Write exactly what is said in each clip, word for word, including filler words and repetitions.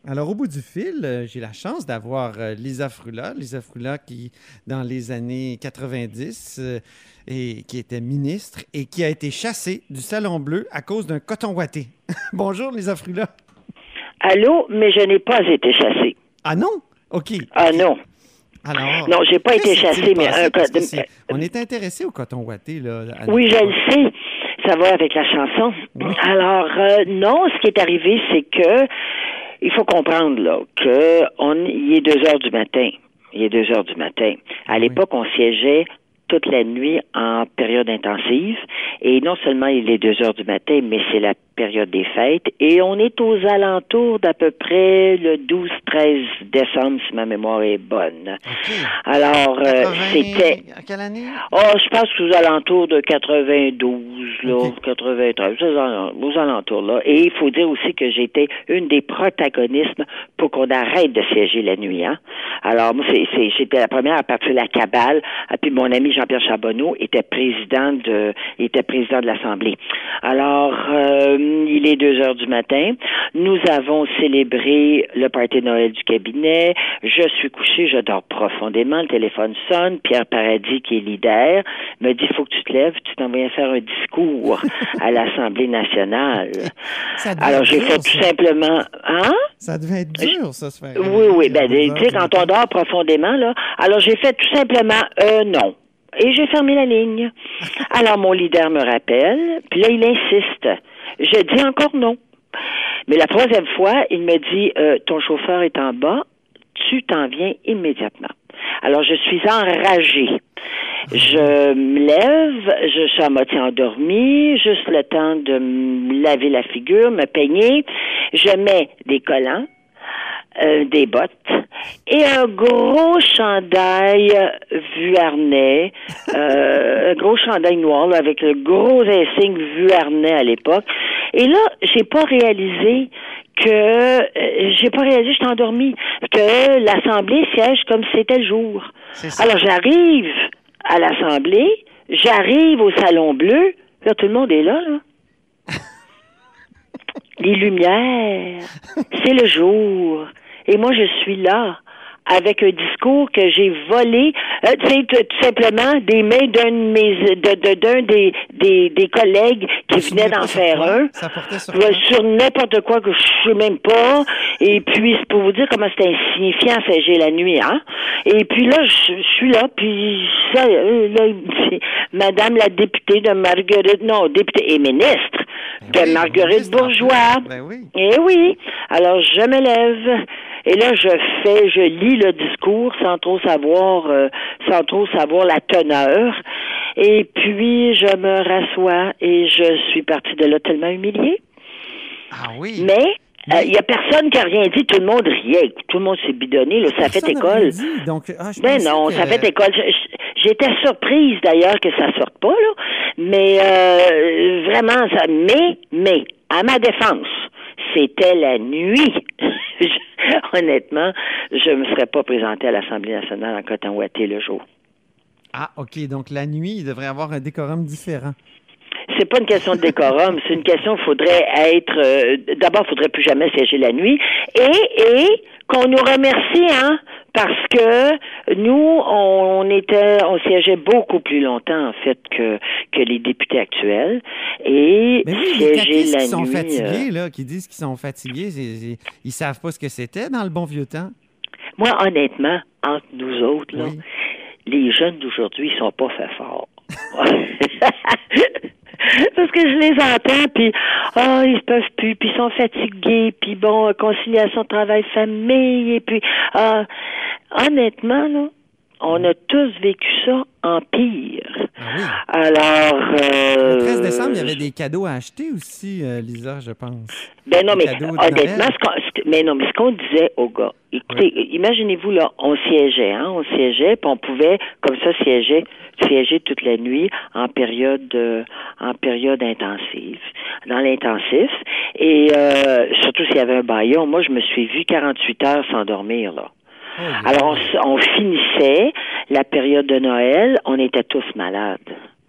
Alors, au bout du fil, euh, j'ai la chance d'avoir euh, Lisa Frula. Lisa Frula qui, dans les années quatre-vingt-dix, euh, et, qui était ministre et qui a été chassée du Salon Bleu à cause d'un coton ouaté. Bonjour, Lisa Frula. Allô, mais je n'ai pas été chassée. Ah non? OK. Ah OK. non. Alors, Non, j'ai pas été qu'est-ce qui s'est chassée, mais passé? un Parce que co- c'est- on est intéressé au coton ouaté, là. à Oui, notre je le époque. sais. Ça va avec la chanson. Oui. Alors, euh, non, ce qui est arrivé, c'est que il faut comprendre là que on il est deux heures du matin. Il est deux heures du matin. À Oui. l'époque, on siégeait toute la nuit en période intensive. Et non seulement il est deux heures du matin, mais c'est la période des fêtes. Et on est aux alentours d'à peu près le douze treize décembre, si ma mémoire est bonne. OK. Alors, euh, quatre-vingts c'était... À quelle année? Oh, je pense aux alentours de quatre-vingt-douze, là, OK. quatre-vingt-treize, aux al- aux alentours, là. Et il faut dire aussi que j'étais une des protagonistes pour qu'on arrête de siéger la nuit, hein. Alors, moi, c'est, c'est, j'étais la première à partir de la cabale, et puis mon ami Jean-Pierre Charbonneau était président de, il était président de l'Assemblée. Alors, euh, il est deux heures du matin. Nous avons célébré le party de Noël du cabinet. Je suis couché, je dors profondément. Le téléphone sonne. Pierre Paradis, qui est leader, me dit, faut que tu te lèves, tu t'en viens faire un discours à l'Assemblée nationale. Ça devait Alors, être j'ai dur, fait tout ça. simplement, hein? Ça devait être dur, ça, se faire Oui, réveiller oui. à Ben, deux tu heures sais, du quand matin. on dort profondément, là. Alors, j'ai fait tout simplement, euh, non. Et j'ai fermé la ligne. Alors, mon leader me rappelle, puis là, il insiste. Je dis encore non. Mais la troisième fois, il me dit, euh, ton chauffeur est en bas, tu t'en viens immédiatement. Alors, je suis enragée. Je me lève, je suis à moitié endormie, juste le temps de me laver la figure, me peigner. Je mets des collants, euh, des bottes et un gros chandail vuarnet, euh, un gros chandail noir là, avec le gros insigne vuarnet à l'époque. Et là, j'ai pas réalisé que euh, j'ai pas réalisé, j'étais endormie, que l'Assemblée siège comme si c'était le jour. C'est ça. Alors j'arrive à l'Assemblée, j'arrive au Salon Bleu, là tout le monde est là, là. Les lumières, c'est le jour. Et moi, je suis là, avec un discours que j'ai volé, euh, tu sais, tout tout simplement, des mains d'un de mes, de, de- d'un des, des, des collègues qui Tu te venait souviens d'en pas sur faire quoi? un. Ça portait sur Ouais, quoi? sur n'importe quoi que je sais même pas. Et puis, c'est pour vous dire comment c'était insignifiant, siéger la nuit, hein. Et puis là, je, je suis là, puis ça, euh, là, c'est Madame la députée de Marguerite, non, députée et ministre Ben de oui, Marguerite ministre en Bourgeois. plus. Ben oui. Eh oui. Alors, je me lève. Et là, je fais, je lis le discours sans trop savoir, euh, sans trop savoir la teneur. Et puis, je me rassois et je suis partie de là tellement humiliée. Ah oui. Mais, il Mais- n'y a personne qui a rien dit. Tout le monde riait. Tout le monde s'est bidonné. Là, ça fait Personne n'a rien école. dit, donc, ah, je Ben pensais non, que- ça fait école. Je- je- J'étais surprise d'ailleurs que ça sorte pas, là. Mais euh, vraiment, ça. Mais, mais, à ma défense, c'était la nuit. Je- honnêtement, je me serais pas présentée à l'Assemblée nationale en coton ouaté le jour. Ah, OK. Donc, la nuit, il devrait avoir un décorum différent. C'est pas une question de décorum, c'est une question, faudrait être, euh, d'abord, faudrait plus jamais siéger la nuit, et, et qu'on nous remercie, hein, parce que nous, on était, on siégeait beaucoup plus longtemps, en fait, que, que les députés actuels, et Mais oui, les siéger caquistes la qui sont nuit... fatigués, euh, là, qui disent qu'ils sont fatigués, c'est- c'est- ils savent pas ce que c'était dans le bon vieux temps. moi, honnêtement, entre nous autres, là, Oui. les jeunes d'aujourd'hui, ils sont pas faits forts. Parce que je les entends, puis ah, ils peuvent plus, puis ils sont fatigués, puis bon, euh, conciliation travail-famille, et puis ah, honnêtement, là, on a tous vécu ça en pire. Ah oui. Alors, euh, Le treize décembre, il y avait des cadeaux à acheter aussi, euh, Lisa, je pense. ben non, Des mais cadeaux de honnêtement, Noël. ce qu'on, ce que- mais non, mais ce qu'on disait aux gars, écoutez, imaginez-vous là, on siégeait, hein, on siégeait, puis on pouvait comme ça siéger, siéger toute la nuit en période, euh, en période intensive, dans l'intensif, et euh, surtout s'il y avait un baillon. Moi, je me suis vu quarante-huit heures sans dormir là. Oh, yeah. Alors, on, s- on finissait la période de Noël, on était tous malades.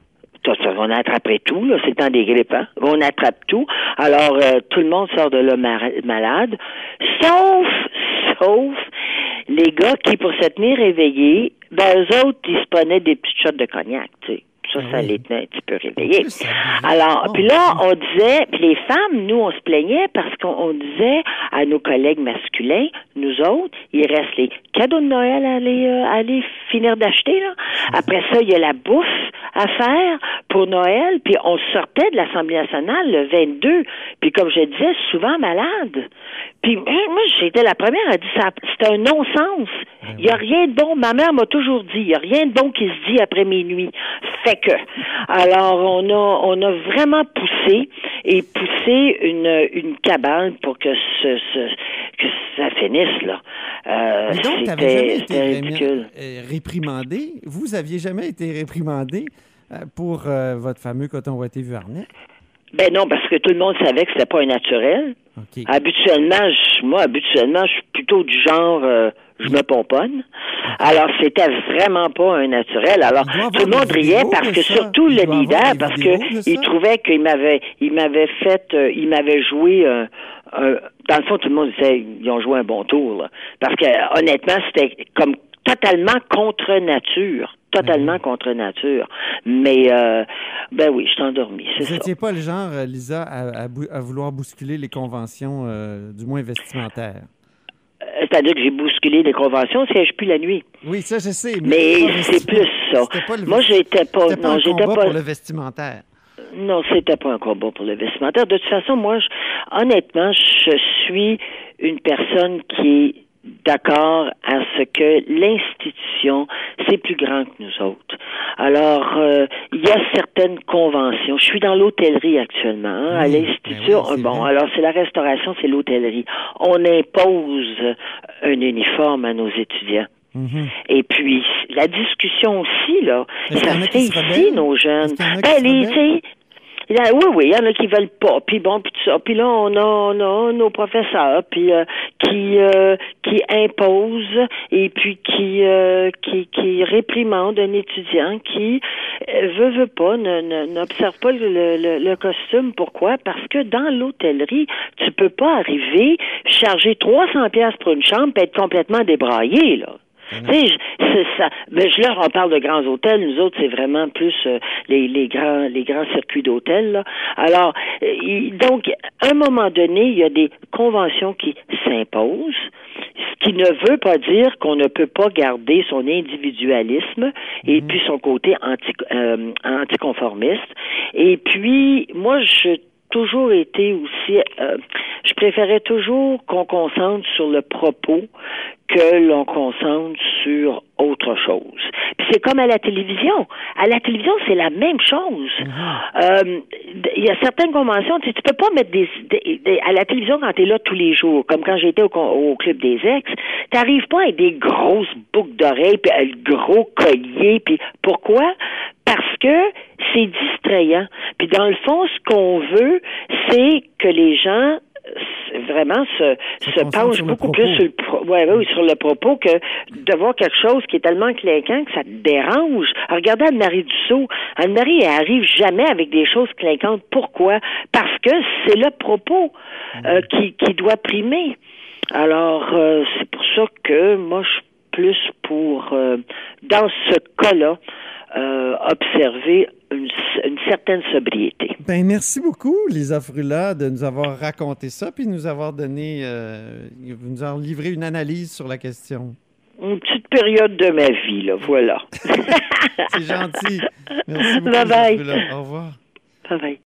on attraperait tout, là, c'est le temps des grippes, hein? On attrape tout. Alors, euh, tout le monde sort de là mar- malade, sauf, sauf les gars qui, pour se tenir éveillés, ben, eux autres, ils se prenaient des petites shots de cognac, tu sais. Ça, ça oui. les tenait un petit peu réveillés. Alors, puis là, on disait, puis les femmes, nous, on se plaignait parce qu'on on disait à nos collègues masculins, nous autres, il reste les cadeaux de Noël à aller, euh, à aller finir d'acheter, là. Après ça, il y a la bouffe à faire pour Noël, puis on sortait de l'Assemblée nationale le vingt-deux, puis comme je disais, souvent malade. Puis moi, j'étais la première à dire ça, c'est un non-sens. Il n'y a rien de bon. Ma mère m'a toujours dit, il n'y a rien de bon qui se dit après minuit. Fait que, alors on a, on a vraiment poussé et poussé une, une cabale pour que ce, ce que ça finisse là. Euh, Mais donc, c'était, jamais c'était été ridicule. réprimandé. Vous aviez jamais été réprimandé pour euh, votre fameux coton ouaté Vuarnet? Ben non, parce que tout le monde savait que c'était pas un naturel. Okay. Habituellement, je, moi, habituellement, je suis plutôt du genre, euh, je me pomponne. Okay. Alors, c'était vraiment pas un naturel. Alors, tout le monde riait parce que, ça. surtout il le leader, parce que il trouvait qu'il m'avait, il m'avait fait, euh, il m'avait joué un, un, dans le fond, tout le monde disait, ils ont joué un bon tour, là. Parce que, honnêtement, c'était comme totalement contre nature. Totalement mmh. contre nature. Mais, euh, ben oui, je suis endormie, c'est ça. Vous n'étiez pas le genre, Lisa, à, à, à vouloir bousculer les conventions, euh, du moins vestimentaires? C'est-à-dire que j'ai bousculé les conventions, siège plus la nuit. Oui, ça, je sais. Mais, mais c'est plus ça. Pas le Moi, j'étais pas... C'était pas non, un j'étais combat pas pour le vestimentaire. Non, c'était pas un combat pour le vestimentaire. De toute façon, moi, je, honnêtement, je suis une personne qui est d'accord à ce que l'institution, c'est plus grand que nous autres. Alors, euh, il y a certaines conventions. Je suis dans l'hôtellerie actuellement, hein, à oui, l'institution. Oui, bon, vrai. Alors, c'est la restauration, c'est l'hôtellerie. On impose un uniforme à nos étudiants. Mm-hmm. Et puis, la discussion aussi, là, Est-ce ça se fait ici, rebelle? nos jeunes. Ben, les, tu sais, oui, oui, il y en a qui veulent pas, puis bon, puis tout ça. Puis là, on a, on a nos professeurs, puis euh, qui euh, qui imposent et puis qui euh, qui qui réprimandent un étudiant qui euh, veut veut pas, ne, ne, n'observe pas le, le, le costume. Pourquoi? Parce que dans l'hôtellerie, tu peux pas arriver charger trois cents piastres pour une chambre et être complètement débraillé, là. Tu sais, c'est ça. Mais je leur on parle de grands hôtels. Nous autres, c'est vraiment plus euh, les, les grands les grands circuits d'hôtels. Là. Alors, euh, donc, à un moment donné, il y a des conventions qui s'imposent, ce qui ne veut pas dire qu'on ne peut pas garder son individualisme et mmh. puis son côté anti euh, anticonformiste. Et puis, moi, je toujours été aussi, euh, je préférais toujours qu'on concentre sur le propos que l'on concentre sur autre chose. Puis c'est comme à la télévision. À la télévision, c'est la même chose. Mm-hmm. Euh, il y a certaines conventions, tu sais, tu peux pas mettre des, des, des à la télévision quand tu es là tous les jours, comme quand j'étais au, au Club des Ex, t'arrives pas avec des grosses boucles d'oreilles, puis un gros collier, puis pourquoi? Parce que c'est distrayant. Puis dans le fond, ce qu'on veut, c'est que les gens vraiment se, se penchent beaucoup plus sur le, pro- ouais, oui, sur le propos que de voir quelque chose qui est tellement clinquant que ça te dérange. Alors, regardez Anne-Marie Dussault. Anne-Marie, elle arrive jamais avec des choses clinquantes. Pourquoi? Parce que c'est le propos euh, qui, qui doit primer. Alors, euh, c'est pour ça que moi, je suis plus pour, euh, dans ce cas-là, euh, observer une, une certaine sobriété. Ben merci beaucoup, Lisa Frula, de nous avoir raconté ça, puis nous avoir donné, euh, nous avoir livré une analyse sur la question. Une petite période de ma vie, là, voilà. C'est gentil. Merci beaucoup, bye bye. Lisa Frula. Au revoir. Bye bye.